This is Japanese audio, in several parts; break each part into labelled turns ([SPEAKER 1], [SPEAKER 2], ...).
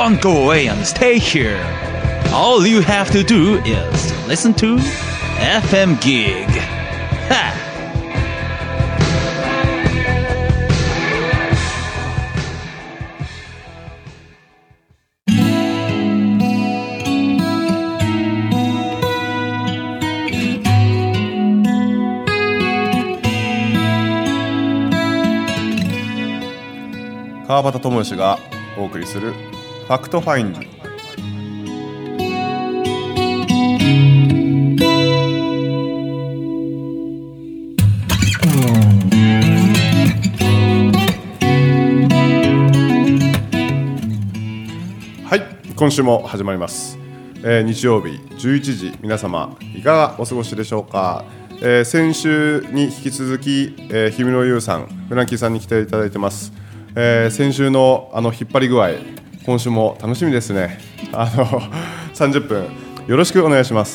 [SPEAKER 1] Don't go away and stay here. All you have to do is listen to FM Gig. Ha!
[SPEAKER 2] 川端智義がお送りするファクトファインディ。はい、今週も始まります。日曜日11時、皆様いかがお過ごしでしょうか。先週に引き続き、氷室優さん、フランキーさんに来ていただいてます。先週の引っ張り具合、今週も楽しみですね。30分よろしくお願いします。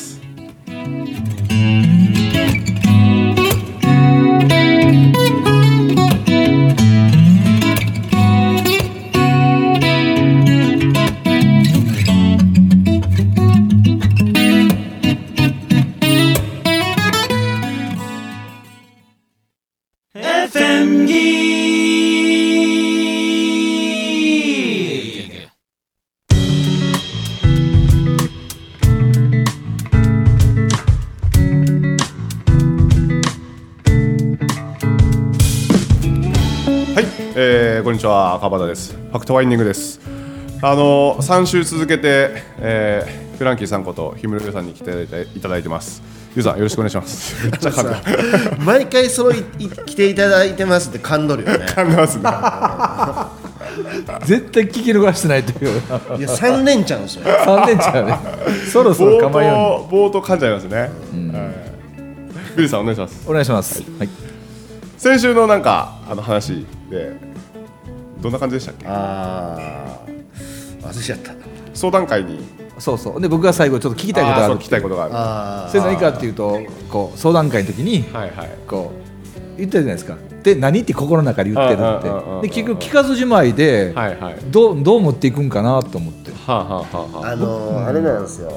[SPEAKER 2] こんにちは、川端です。ファクトワインディングです。3週続けて、フランキーさんこと氷室優さんに来ていただいてます。優さんよろしくお願いします。めっちゃ噛んだ。
[SPEAKER 3] 毎回来ていただいてますって噛んどるよね。
[SPEAKER 2] 噛んでます
[SPEAKER 4] ね。絶対聞き逃してないという。いや
[SPEAKER 3] 3連チャンですよ。
[SPEAKER 4] 3連チャンね。そろそろ構えよ
[SPEAKER 2] うに。冒頭噛んじゃいますね。ビリーさんお願いします。
[SPEAKER 4] お願いします。はい。
[SPEAKER 2] 先週のなんか話で。どんな感じでしたっけ？
[SPEAKER 3] 忘れちゃった。
[SPEAKER 2] 相談会に。
[SPEAKER 4] そうで僕が最後ちょっと聞きたいことがある。
[SPEAKER 2] 聞きたいことがある。
[SPEAKER 4] それ何かっていうと、こう相談会の時に、こう言ってるじゃないですか。で何って心の中で言ってるって。で結局聞かずじまいで、どう持っていくんかなと思って。
[SPEAKER 3] あれなんですよ。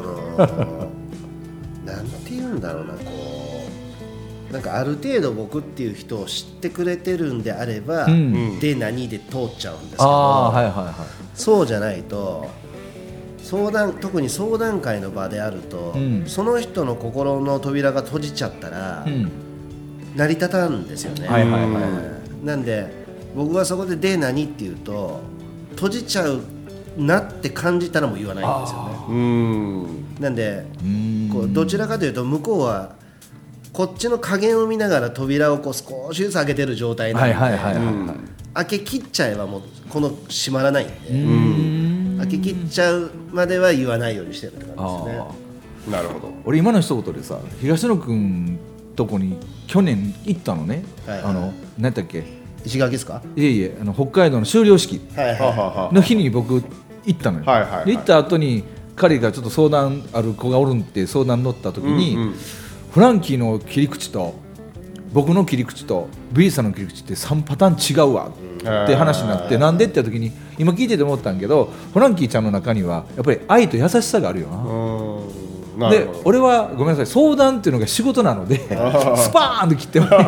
[SPEAKER 3] なんて言うんだろうな。なんかある程度僕っていう人を知ってくれてるんであれば、で何で通っちゃうんですけど、そうじゃないと特に相談会の場であると、その人の心の扉が閉じちゃったら、成り立たんですよね。なんで僕はそこでで何って言うと閉じちゃうなって感じたらもう言わないんですよね。なんでこうどちらかというと向こうはこっちの加減を見ながら扉をこう少しずつ開けてる状態なので、開け切っちゃえばもうこの閉まらないんで、開け切っちゃうまでは言わないようにしてるって感じですね。
[SPEAKER 2] なるほど。
[SPEAKER 4] 俺今の一言でさ、東野くんとこに去年行ったのね。何だっけ？
[SPEAKER 3] 石垣ですか？
[SPEAKER 4] いえ北海道の修了式の日に僕行ったのよ。で行った後に彼がちょっと相談ある子がおるんって相談乗った時に。フランキーの切り口と僕の切り口とビリーさんの切り口って3パターン違うわって話になって、なんでって言った時に今聞いてて思ったんだけど、フランキーちゃんの中にはやっぱり愛と優しさがあるよな。で俺はごめんなさい、相談っていうのが仕事なのでスパーンと切ってそうだ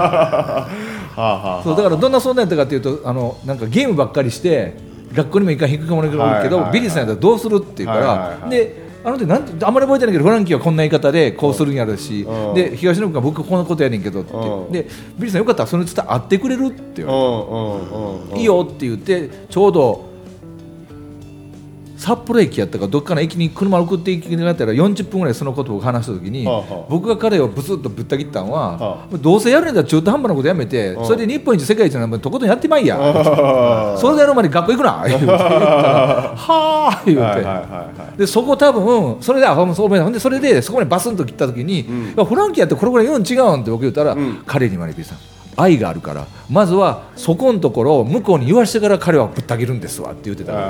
[SPEAKER 4] からどんな相談やったかっていうと、なんかゲームばっかりして学校にも行かへんかもないけど、ビリーさんやったらどうするって言うからでなんてあんまり覚えてないけどフランキーはこんな言い方でこうするんやるし、で東野君が僕こんなことやねんけどってでビリーさんよかったらそのつって会ってくれるって言われて、いいよって言ってちょうど札幌駅やったかどっかの駅に車を送っていきながったら40分ぐらいそのことを話した時に、僕が彼をブスッとぶった切ったのは、どうせやるんだったら中途半端なことやめて、それで日本一世界一なのとことんやってまいやそれでやるまで学校行くな言うて言ったらはー言うて、でそこ多分それでそれでそこにバスンと切った時に、フランキーやってこれぐらい言うん違うんって僕言ったら、彼にまでビリーさん愛があるからまずはそこのところを向こうに言わしてから彼はぶった切るんですわって言ってたから、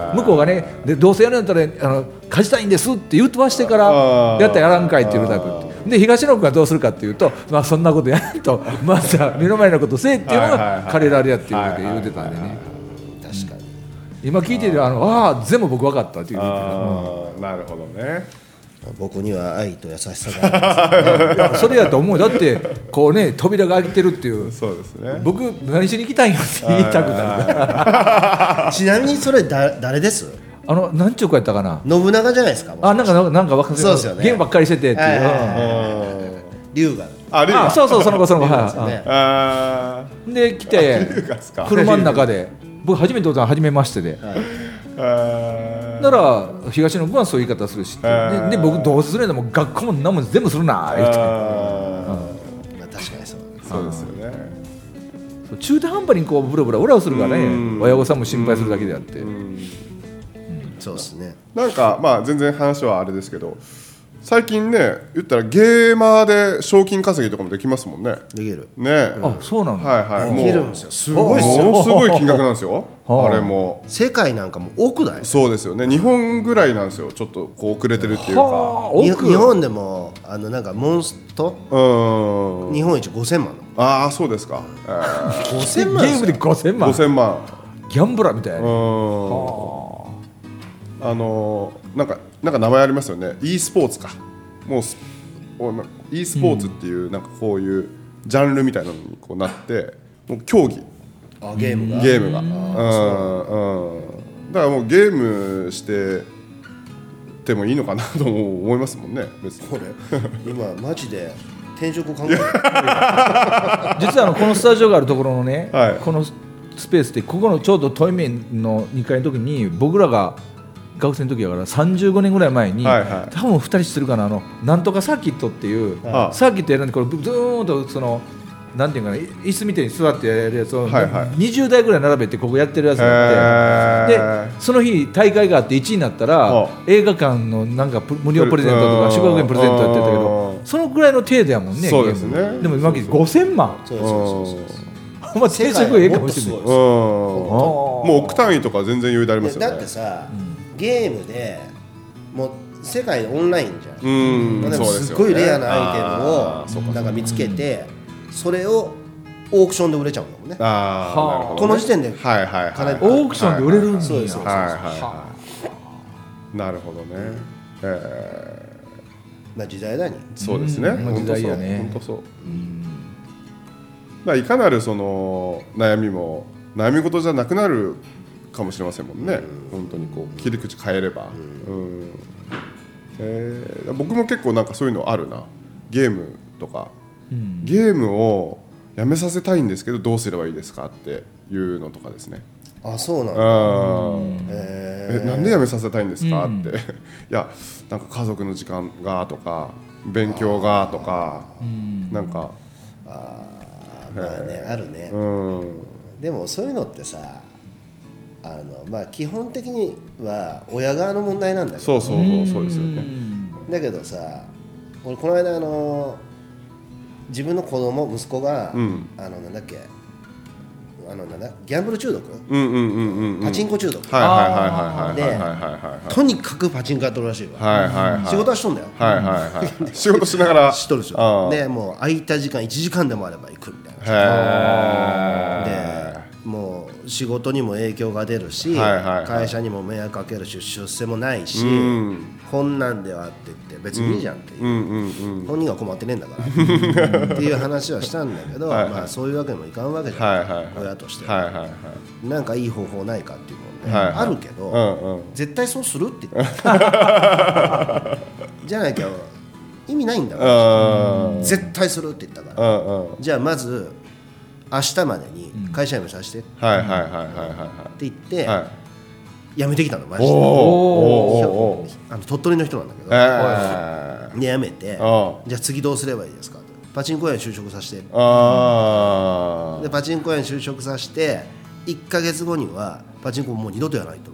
[SPEAKER 4] 向こうがねでどうせやるんだったら勝ちたいんですって言うとわしてからやったらやらんかいっていうタイプで、東野君はどうするかっていうと、そんなことやるとまずは目の前のことせえっていうのが彼らでやっていうわけ言うてたんでね。
[SPEAKER 3] 確かに
[SPEAKER 4] 今聞いてる全部僕分かったっていう。
[SPEAKER 2] なるほどね。
[SPEAKER 3] 僕には愛と優しさがあります、
[SPEAKER 4] ね、それやと思う。だってこうね扉が開いてるっていう。
[SPEAKER 2] そうですね。
[SPEAKER 4] 僕何しに来たんやって言いたくなる。
[SPEAKER 3] ちなみにそれ誰です？
[SPEAKER 4] 何ちゅう子やったかな。
[SPEAKER 3] 信長じゃないですか。
[SPEAKER 4] なんか分かる。
[SPEAKER 3] そうですよね。
[SPEAKER 4] ゲームばっかりしててっていう。
[SPEAKER 3] 龍が。
[SPEAKER 4] そうその子で来て車の中で僕初めて会った初めましてで。だから東野君はそういう言い方するし、で僕どうするんだもん学校も何も全部するな言って。
[SPEAKER 3] 確かに
[SPEAKER 2] そうですよね。
[SPEAKER 4] 中途半端にこうブラブラ裏をするからね、親御さんも心配するだけであって。
[SPEAKER 3] そうですね。
[SPEAKER 2] なんかまあ全然話はあれですけど、最近ね言ったらゲーマーで賞金稼ぎとかもできますもんね。
[SPEAKER 3] できる
[SPEAKER 2] ね。
[SPEAKER 4] そうなんだ。
[SPEAKER 2] はい。
[SPEAKER 3] できるんですよ。すごいですよ。
[SPEAKER 2] ものすごい金額なんですよ。あれも
[SPEAKER 3] 世界なんかも億だよ。
[SPEAKER 2] そうですよね。日本ぐらいなんですよ。ちょっとこう遅れてるっていうか。
[SPEAKER 3] 日本でもなんかモンスト日本一5000万
[SPEAKER 2] の。そうですか。
[SPEAKER 3] 5000万
[SPEAKER 4] ゲームで5000万。
[SPEAKER 2] 5000万。
[SPEAKER 4] ギャンブラーみたいな。
[SPEAKER 2] なんか名前ありますよね。e スポーツか。もう e スポーツっていうなんかこういうジャンルみたいなのにこうなって、もう競技。
[SPEAKER 3] ゲームが。
[SPEAKER 2] だからもうゲームしててもいいのかなと思いますもんね。別に。
[SPEAKER 3] これ今マジで転職考えてる。
[SPEAKER 4] 実はこのスタジオがあるところのね、
[SPEAKER 2] はい、
[SPEAKER 4] このスペースでここのちょうど対面の2階の時に僕らが学生の時だから35年ぐらい前に、多分2人知ってるかな、なんとかサーキットっていう、サーキットやるんでこれずーんとそのなんていうかな、椅子みたいに座ってやるやつを、20台ぐらい並べてここやってるやつがあって、でその日大会があって1位になったら映画館のなんか無料プレゼントとか宿泊券プレゼントやってたけど、そのぐらいの程度やもんね。
[SPEAKER 2] そうですね。
[SPEAKER 4] でも今聞いて5000万。まあ定食ええかもしれない。
[SPEAKER 2] もう億単位とか全然余裕でありますよね。
[SPEAKER 3] だってさ、ゲームでもう世界オンラインじゃん。すごいレアなアイテムをなんか見つけて、それをオークションで売れちゃうんだもんね。この時点で
[SPEAKER 4] オークションで売れるんですよ。
[SPEAKER 2] なるほどね。
[SPEAKER 3] 時代だに。
[SPEAKER 2] そうですね。
[SPEAKER 4] 時代やね。
[SPEAKER 2] 本当そう。いかなるその悩みも悩み事じゃなくなるかもしれませんもんね。本当にこう切り口変えれば。僕も結構なんかそういうのあるな。ゲームとか。ゲームをやめさせたいんですけどどうすればいいですかっていうのとかですね。
[SPEAKER 3] そうなんだ。
[SPEAKER 2] なんでやめさせたいんですかって、いやなんか家族の時間がとか勉強がとか、なんか
[SPEAKER 3] まあね、あるね。でもそういうのってさ、まあ基本的には親側の問題なんだけど。
[SPEAKER 2] そうですよね。
[SPEAKER 3] だけどさ、俺この間自分の息子が、なんだっけ、ギャンブル中毒、パチンコ中毒で、とにかくパチンコやってるらしいわ。仕事はしとんだよ。
[SPEAKER 2] 仕事しながら
[SPEAKER 3] しとるでしょ。でもう空いた時間1時間でもあれば行くみたいな。でもう仕事にも影響が出るし、会社にも迷惑かけるし、出世もないし、こんなんではって言って別にいいじゃんっていう、本人が困ってねえんだからっていう話はしたんだけど、まあそういうわけにもいかんわけじゃん、親としてなんかいい方法ないかっていうのであるけど、絶対そうするって言ってじゃなきゃ意味ないんだから絶対するって言ったから、じゃあまず明日までに会社辞めさせてって言って辞めてきたのマジで。鳥取の人なんだけど、で辞めて、じゃあ次どうすればいいですかと、パチンコ屋に就職させて、でパチンコ屋に就職させて1ヶ月後にはパチンコもう二度とやらないと。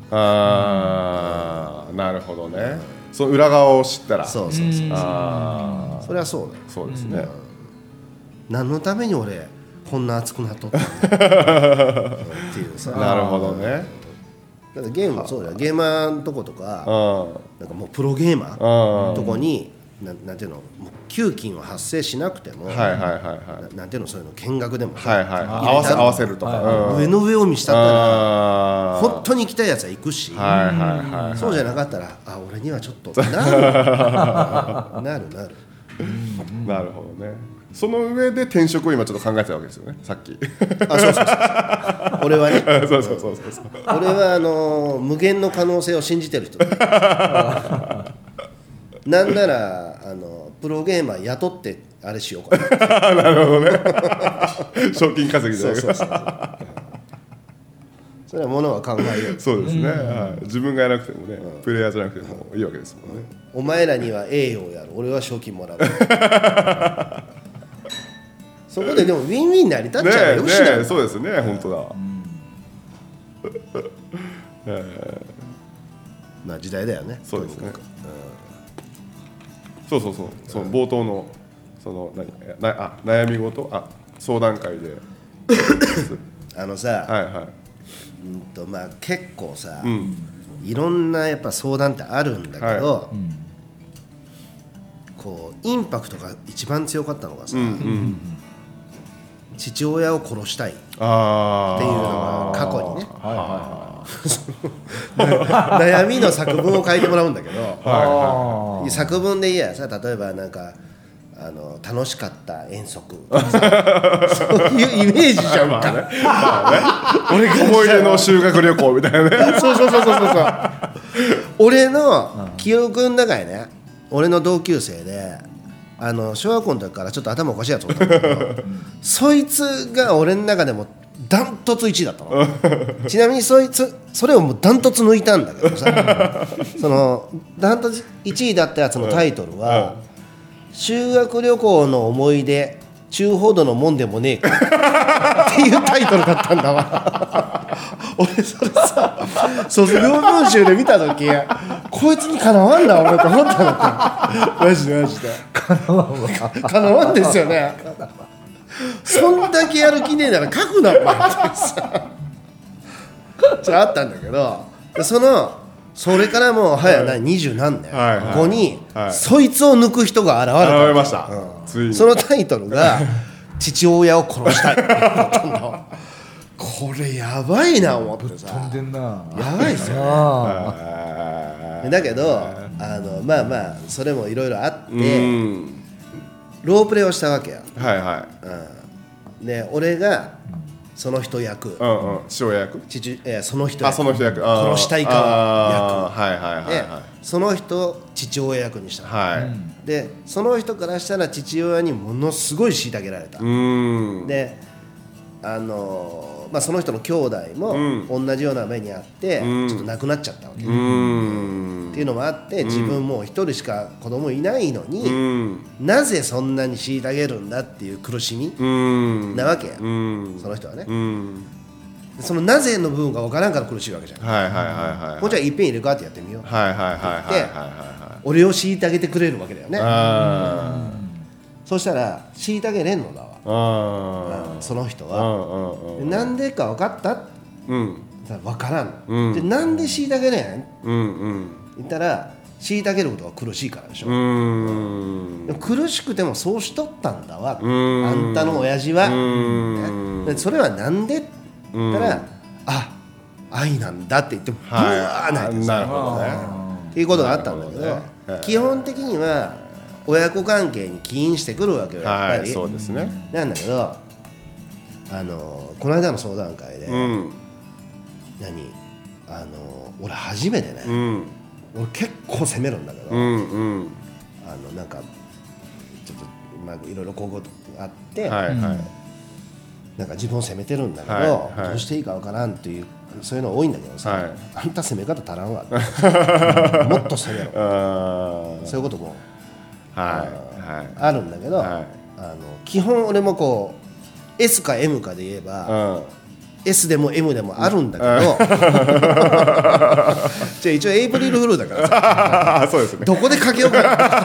[SPEAKER 2] なるほどね。その裏側を知ったら、
[SPEAKER 3] そうそれはそうだよ。
[SPEAKER 2] そうですね。
[SPEAKER 3] 何のために俺こんな熱くなっとったのっていうさ。
[SPEAKER 2] なるほどね。
[SPEAKER 3] だってゲームもそうだよ。ゲーマーのとことか、なんかもうプロゲーマーのとこになんていうの、給金は発生しなくても、なんていうの、そういうの見学でも、
[SPEAKER 2] 合わせるとか、
[SPEAKER 3] 上の上を見したったら本当に行きたいやつは行くし、そうじゃなかったら俺にはちょっとなる
[SPEAKER 2] なるほどね。その上で転職を今ちょっと考えてたわけですよね、さっき。
[SPEAKER 3] そう俺はね俺は無限の可能性を信じてる人なんならプロゲーマー雇ってあれしようかな。
[SPEAKER 2] なるほどね。賞金稼ぎで。
[SPEAKER 3] そうそれはものは考えよう。
[SPEAKER 2] そうですね、自分がやらなくてもね、プレイヤーじゃなくてもいいわけですもんね。
[SPEAKER 3] お前らには栄誉をやる、俺は賞金もらう。そこででもウィンウィン成り立っちゃうよ。
[SPEAKER 2] ね、そうですね、本当だ。
[SPEAKER 3] まあ時代だよね。
[SPEAKER 2] そうですね。そう冒頭のその悩み事、相談会で
[SPEAKER 3] さ、まあ結構さ、いろんなやっぱ相談ってあるんだけど、こうインパクトが一番強かったのがさ、父親を殺したいっていうのが過去にね、悩みの作文を書いてもらうんだけど、作文でいいやさ、例えばなんか楽しかった遠足そういうイメージじゃんか、
[SPEAKER 2] 俺が思い出の修学旅行みたいなね。
[SPEAKER 3] そう俺の記憶の中でね、俺の同級生で小学校の時からちょっと頭おかしいやつおったんだけどそいつが俺の中でもダントツ1位だったの。ちなみにそれをもうダントツ抜いたんだけどさそのダントツ1位だったやつのタイトルは、修学旅行の思い出中ほどのもんでもねえかっていうタイトルだったんだわ。俺それさ、卒業文集で見た時こいつにかなわんなお前と思ったのか。マジでかなわんですよね。そんだけやる気ねえなら書くなお前ってさあったんだけど、それからもう早20何年後に、そいつを抜く人が現れた。
[SPEAKER 2] ました、
[SPEAKER 3] そのタイトルが父親を殺したいって言ったんだ。これやばいな思ってさ、
[SPEAKER 4] 飛んでんな、
[SPEAKER 3] やばいっすよね。だけどまあそれもいろいろあって、ロープレイをしたわけよ。で俺がその人役、
[SPEAKER 2] 父親役、
[SPEAKER 3] その人
[SPEAKER 2] 役、
[SPEAKER 3] 殺したい側
[SPEAKER 2] 役で、
[SPEAKER 3] その人を父親役にした、でその人からしたら父親にものすごい虐げられた。でその人の兄弟も同じような目にあって、ちょっと亡くなっちゃったわけ、っていうのもあって、自分もう一人しか子供いないのに、なぜそんなに虐げるんだっていう苦しみなわけや、その人はね。そのなぜの部分が分からんから苦しいわけじゃん。もうじゃあいっぺん入れ替わってやってみようって言って俺を虐げてくれるわけだよね。そしたら虐げれんのだわ、その人は。なんでか分かった？分からん。でなんで虐げれん？言ったら虐げることは苦しいからでしょ。でも苦しくてもそうしとったんだわ、あんたの親父は。でそれはなんでって言ったら、愛なんだって言ってブワー泣いてさ、っていうことがあったんだけど、基本的には親子関係に起因してくるわけよ、やっぱり。
[SPEAKER 2] そうですね。
[SPEAKER 3] なんだけどこの間の相談会で、俺初めてね、俺結構責めるんだけど、なんかちょっといろいろこういうことがあって、なんか自分を責めてるんだけど、どうしていいかわからんっていう、そういうの多いんだけどさ、あんた責め方足らんわもっと責めろそういうこともあるんだけど、基本俺もこう S か M かで言えば、S でも M でもあるんだけどじゃあ一応エイプリルフールだからさ
[SPEAKER 2] そうですね、
[SPEAKER 3] どこでかけようか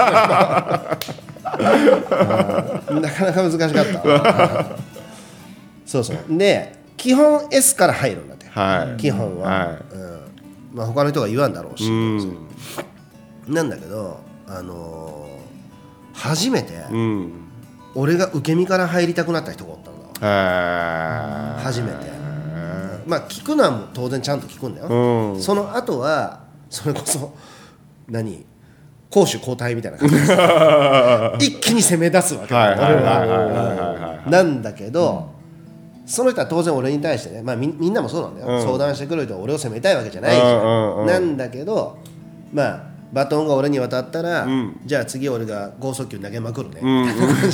[SPEAKER 3] なかなか難しかったそうで基本 S から入るんだって、基本は、他の人が言わんだろうし、なんだけど初めて俺が受け身から入りたくなった人がおったんだ。初めて。まあ聞くのはもう当然ちゃんと聞くんだよ。その後はそれこそ攻守交代みたいな感じで一気に攻め出すわけだ、俺は。なんだけど、その人は当然俺に対してね、まあ、みんなもそうなんだよ、相談してくる人は俺を責めたいわけじゃないじゃん、なんだけど、まあバトンが俺に渡ったら、じゃあ次俺が剛速球投げまくるね、みたいな感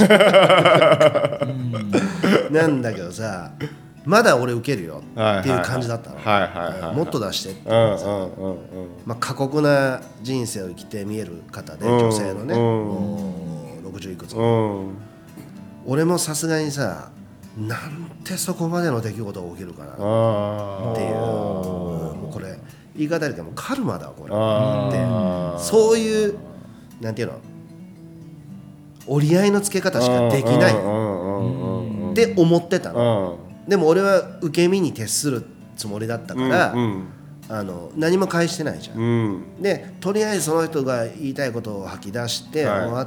[SPEAKER 3] じなんだけどさ、まだ俺受けるよっていう感じだったの。もっと出してって言ってさ、まあ、過酷な人生を生きて見える方で、女性のね、60いくつの、俺もさすがにさ、なんてそこまでの出来事が起きるかなっていう、もうこれ言い方だけどもカルマだこれって、そういうなんていうの、折り合いのつけ方しかできないって思ってたの。でも俺は受け身に徹するつもりだったから、何も返してないじゃん、でとりあえずその人が言いたいことを吐き出して終わって、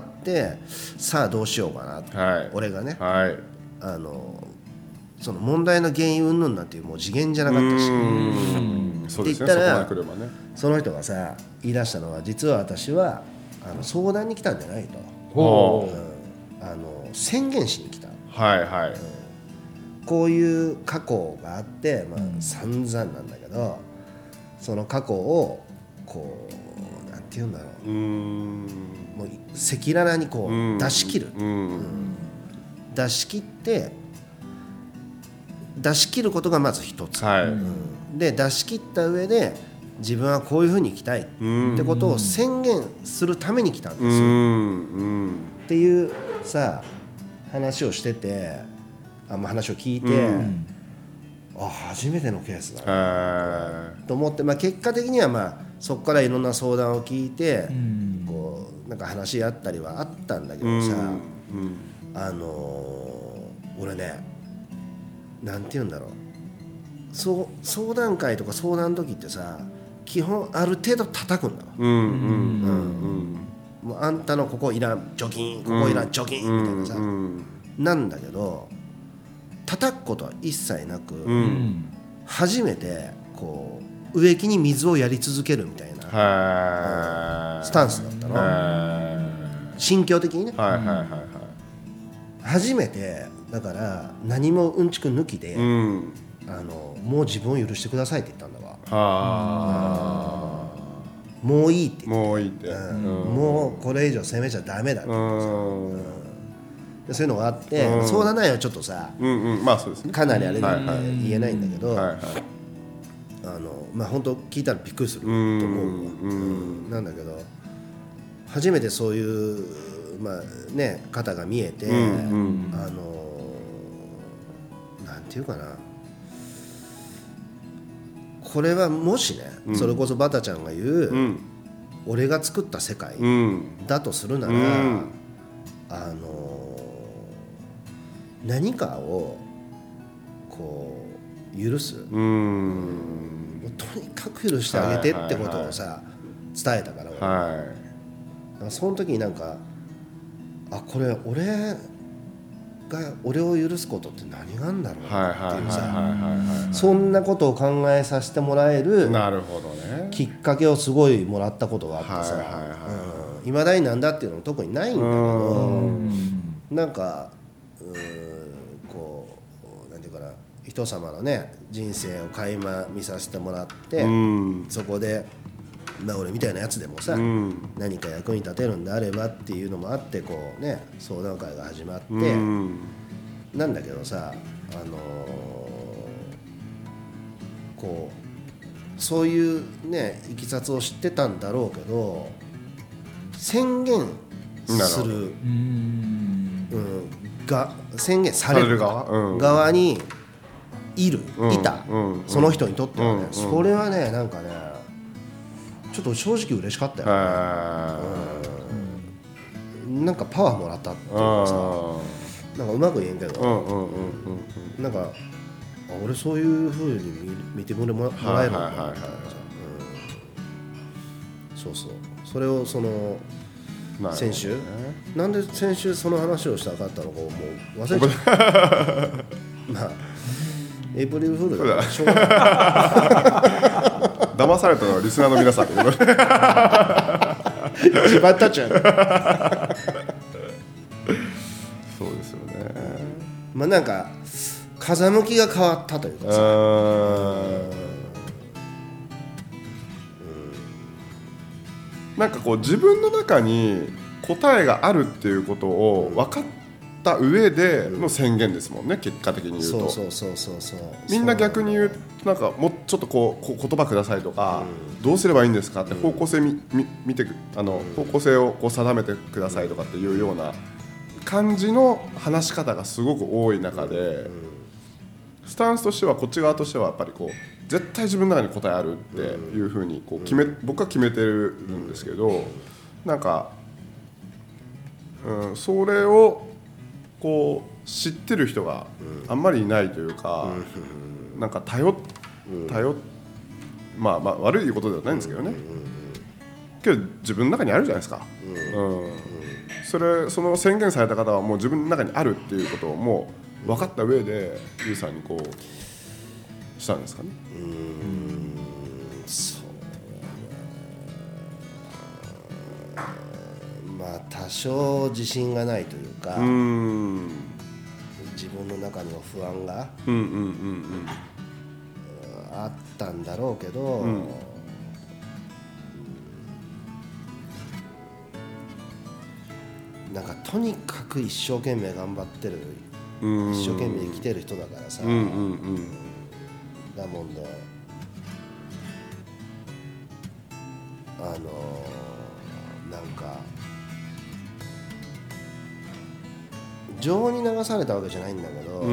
[SPEAKER 3] さあどうしようかなと、俺がね、その問題の原因云々なんていうもう次元じゃなかったし、って言ったら、その人がさ言い出したのは、実は私は相談に来たんじゃないと、宣言しに来た、こういう過去があって、まあ、散々なんだけど、その過去をこうなんて言うんだろう、もう赤裸々にこう出し切る、出し切って出し切ることがまず一つ、で出し切った上で自分はこういうふうに生きたいってことを宣言するために来たんですよ、っていうさ話をしてて、話を聞いて、初めてのケースだなと思って、まあ、結果的には、まあ、そこからいろんな相談を聞いて、こうなんか話し合ったりはあったんだけどさ、俺ね、なんて言うんだろう、相談会とか相談の時ってさ、基本ある程度叩くんだわ、もうあんたのここいらん貯金、ここいらん貯金みたいなさ、なんだけど叩くことは一切なく、初めてこう植木に水をやり続けるみたいなスタンスだったの、心境的にね、初めてだから何もうんちく抜きで、もう自分を許してくださいって言ったんだわ。もういいって言って、もうこれ以上責めちゃダメだって言ってさ、そういうのがあって、相談内容はちょっとさ、かなりあれで言えないんだけど、まあ本当聞いたらびっくりすると思うわ、なんだけど初めてそういう、まあね、方が見えて、なんていうかな、これはもしね、それこそバタちゃんが言う、俺が作った世界だとするなら、何かをこう許す、とにかく許してあげてってことをさ、伝えたから、俺その時になんか、これ俺を許すことって何があるんだろうっていうさ、そんなことを考えさせてもらえるきっかけをすごいもらったことがあってさ、いまだになんだっていうのも特にないんだけど、なんかこうなんていうかな、人様のね人生を垣間見させてもらって、そこで俺みたいなやつでもさ、何か役に立てるんであればっていうのもあって、こうね相談会が始まって、なんだけどさ、こうそういうねいきさつを知ってたんだろうけど、宣言する、宣言される側にいた、その人にとってはね、それはね、なんかねちょっと正直嬉しかったよね、なんかパワーもらったっていうかさ、なんかうまく言えんけど、なんか俺そういう風に見てもらえるのかなみたいなさ、そうそう、それをその先週なんで先週その話をしたかったのかもう忘れちゃったまあエイプリルフールだからしょうがない
[SPEAKER 2] 騙されたのはリスナーの皆さん
[SPEAKER 3] 一番立っちゃう
[SPEAKER 2] そうですよね。
[SPEAKER 3] まあなんか風向きが変わったというかさ、
[SPEAKER 2] なんかこう自分の中に答えがあるっていうことを分かった上での宣言ですもんね、結果的に言うと。
[SPEAKER 3] そう
[SPEAKER 2] みんな逆に言うなんかもうちょっとこう言葉くださいとか、どうすればいいんですかって方向性見て方向性をこう定めてくださいとかっていうような感じの話し方がすごく多い中で、スタンスとしてはこっち側としてはやっぱりこう絶対自分の中に答えあるっていうふうにこう僕は決めてるんですけど、なんか、それをこう知ってる人があんまりいないというか、なんかまあ悪いことではないんですけどね、けど自分の中にあるじゃないですか。その宣言された方はもう自分の中にあるっていうことをもう分かった上でユウさんにこうしたんですかね。
[SPEAKER 3] まあ多少自信がないというか、自分の中の不安があったんだろうけど、なんかとにかく一生懸命頑張ってる、一生懸命生きてる人だからさ、だもんで、なんか情に流されたわけじゃないんだけど、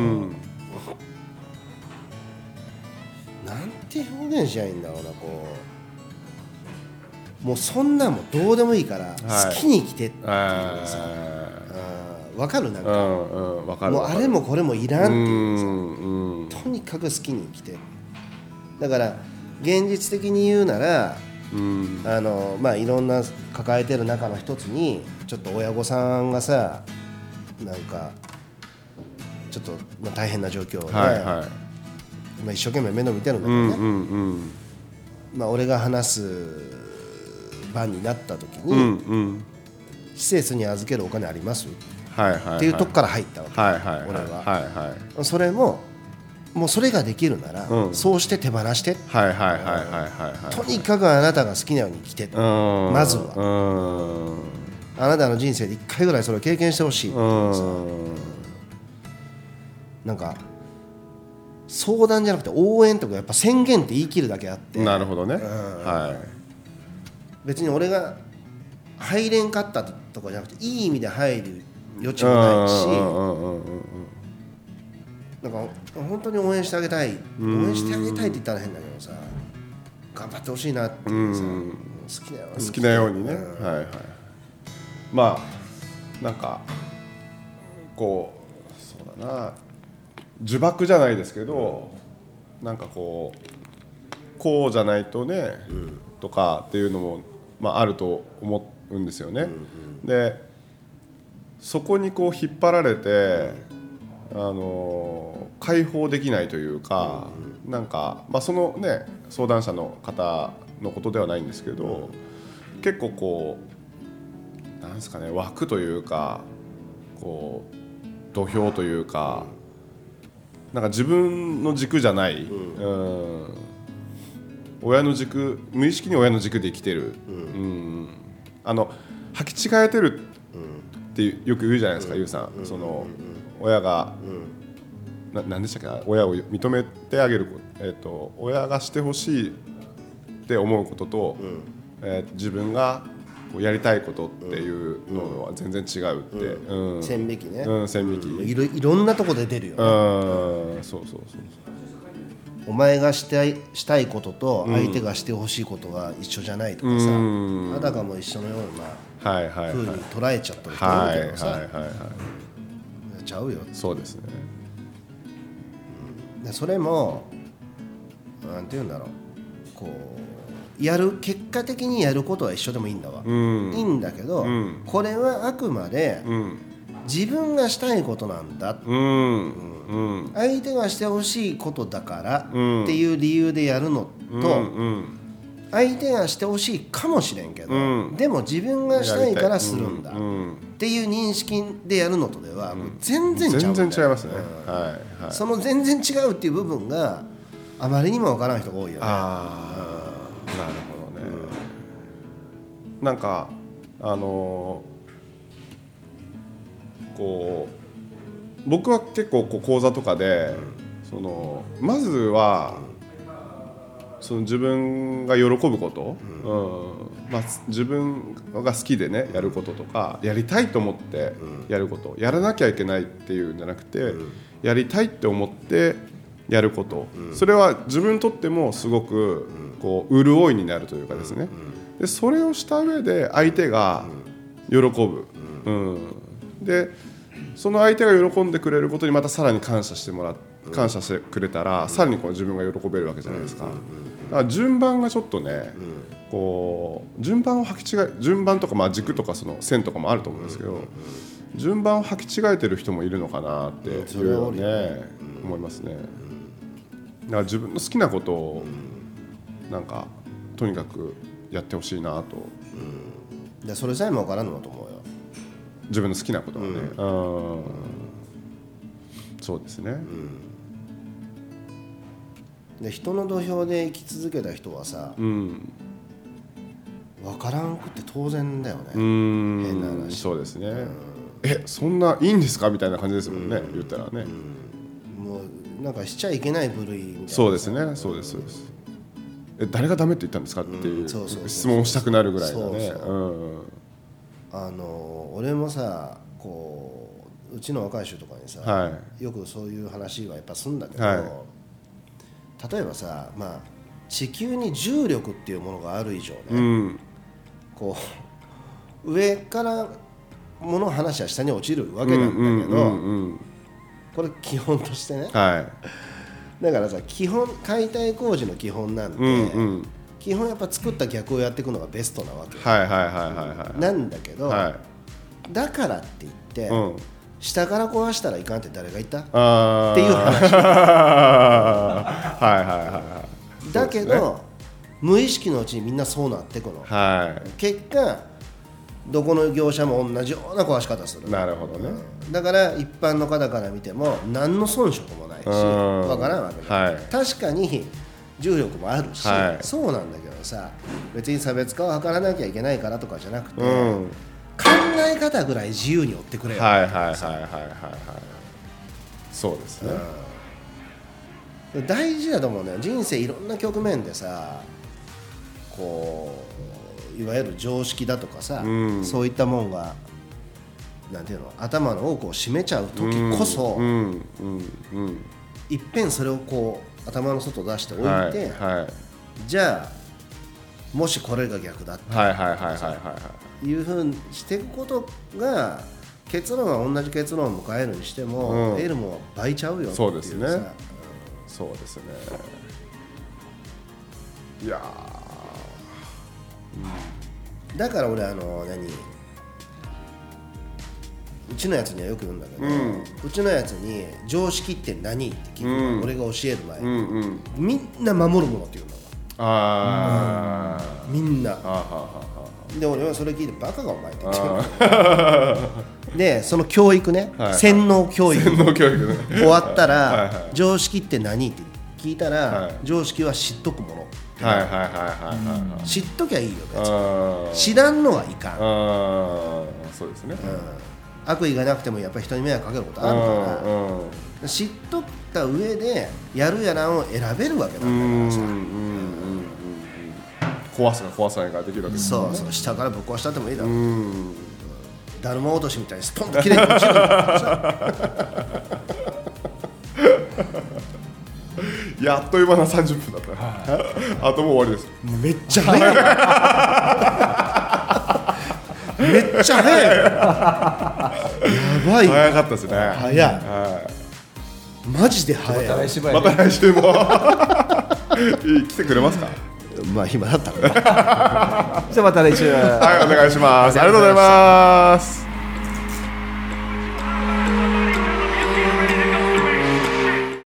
[SPEAKER 3] なんて表現しゃいいんだろうな、こうもうそんなもんどうでもいいから好きに生きてっていうさ、分かるなんか、もうあれもこれもいらんっていうさ、とにかく好きに生きて、だから現実的に言うなら、まあいろんな抱えてる中の一つにちょっと親御さんがさ、なんかちょっと大変な状況で、一生懸命面倒見てるんだけどね、まあ俺が話す番になった時に、施設に預けるお金ありますっていうとこから入ったわけ、俺は。それももうそれができるなら、そうして手放して、とにかくあなたが好きなように生きて、まずはあなたの人生で1回ぐらいそれを経験してほしいっていうさ、なんか相談じゃなくて応援とかやっぱ宣言って言い切るだけあって、
[SPEAKER 2] なるほどね、
[SPEAKER 3] 別に俺が入れんかったとかじゃなくて、いい意味で入る余地もないし、なんか本当に応援してあげたい、応援してあげたいって言ったら変だけどさ、頑張ってほしいなっていうさ、
[SPEAKER 2] 好きなようにね、まあなんかこうそうだな、呪縛じゃないですけど、なんかこうじゃないとね、とかっていうのも、あると思うんですよね。でそこにこう引っ張られて、解放できないというか、なんか、そのね相談者の方のことではないんですけど、結構こうなんですかね、枠というか、こう土俵というか、なんか自分の軸じゃない、親の軸、無意識に親の軸で生きてる、履き違えてるってよく言うじゃないですか、ユウさん。その親が、何でしたっけ、親を認めてあげる、親がしてほしいって思うことと、自分がやりたいことっていうのは全然違うって、
[SPEAKER 3] 線引きね、
[SPEAKER 2] 線引き、
[SPEAKER 3] いろんなとこで出るよね。そうお前がしたいことと相手がしてほしいことが一緒じゃないとかさ、あたかも一緒のような風に捉えちゃったりするけどさ、ちゃうよ。
[SPEAKER 2] そうですね。
[SPEAKER 3] でそれもなんていうんだろう、こう結果的にやることは一緒でもいいんだわ、いいんだけど、これはあくまで自分がしたいことなんだ、相手がしてほしいことだからっていう理由でやるのと、相手がしてほしいかもしれんけど、でも自分がしたいからするんだっていう認識でやるのとでは全然ちゃう、
[SPEAKER 2] 全然違いますね、
[SPEAKER 3] その全然違うっていう部分があまりにも分からん人が多いよね。
[SPEAKER 2] なるほどね、なんかこう僕は結構講座とかで、まずはその自分が喜ぶこと、自分が好きでねやることとか、やりたいと思ってやること、やらなきゃいけないっていうんじゃなくて、やりたいって思ってやること、それは自分にとってもすごくこう潤いになるというかですね、でそれをした上で相手が喜ぶ、でその相手が喜んでくれることにまたさらに感謝してくれたら、さらにこう自分が喜べるわけじゃないですか。だから順番がちょっとね、こう順番を履き違え、順番とか軸とかその線とかもあると思うんですけど、順番を履き違えてる人もいるのかなっていうようね、思いますね。だから自分の好きなことをなんかとにかくやってほしいなと、
[SPEAKER 3] でそれさえも分からんのだと思うよ、
[SPEAKER 2] 自分の好きなことはね、そうですね、
[SPEAKER 3] で人の土俵で生き続けた人はさ、分からんくって当然だよね、変な話。
[SPEAKER 2] そうですね、そんないいんですかみたいな感じですもんね、言ったらね、
[SPEAKER 3] もうなんかしちゃいけない部類みたいな。
[SPEAKER 2] そうですね、そうです、そうです。誰がダメって言ったんですかっていう質問をしたくなるぐらいだね。
[SPEAKER 3] 俺もさ、うちの若い人とかにさ、よくそういう話はやっぱするんだけど、例えばさ、地球に重力っていうものがある以上ね、上から物を離しは下に落ちるわけなんだけど、これ基本としてね、だからさ、解体工事の基本なんで、基本やっぱ作った逆をやっていくのがベストなわけなんだけど、だからって言って、下から壊したらいかんって誰が言ったっていう話だけど、無意識のうちにみんなそうなっていくの、結果どこの業者も同じような壊し方する。
[SPEAKER 2] なるほどね、
[SPEAKER 3] だから一般の方から見ても何の遜色もないし、わからんわけだ、確かに重力もあるし、そうなんだけどさ、別に差別化を図らなきゃいけないからとかじゃなくて、考え方ぐらい自由に追ってくれよ。
[SPEAKER 2] そうですね、
[SPEAKER 3] 大事だと思うね。人生いろんな局面でさ、いわゆる常識だとかさ、そういったもんがなんていうの、頭の奥を占めちゃう時こそ、いっぺんそれを頭の外出しておいて、じゃあもしこれが逆だっていうふうにしていくことが、結論は同じ結論を迎えるにしても、得るもんは倍ちゃうよっていうさ。
[SPEAKER 2] そうですね、そうですね。いや
[SPEAKER 3] だから俺うちのやつにはよく言うんだけど、うちのやつに常識って何って聞くの、俺が教える前に、みんな守るものって言うんだわ。みんなで、俺はそれ聞いてバカがお前って言ってで、その教育ね、洗脳教育終わったら常識って何って聞いたら、常識は知っとくもの。知っときゃいいよ、別に知らんのはいかん。
[SPEAKER 2] そうですね、
[SPEAKER 3] 悪意がなくてもやっぱり人に迷惑かけることあるから、知っとった上でやるやらんを選べるわけなんだからさ、
[SPEAKER 2] 壊すか壊さないかできるわけですよね。
[SPEAKER 3] そう、下からぶっ壊したってもいいだろう、だるま落としみたいにスポンと切れて落ちるんだからさ
[SPEAKER 2] やっという間な30分だった、あともう終わりです。
[SPEAKER 3] めっちゃ早いめっちゃ早いやばい、
[SPEAKER 2] 早かったですね。
[SPEAKER 3] 早い、マジで早い。
[SPEAKER 2] また来週も来てくれますか。
[SPEAKER 3] まあ暇だったから
[SPEAKER 4] じゃあまた来週
[SPEAKER 2] はいお願いしますありがとうございます。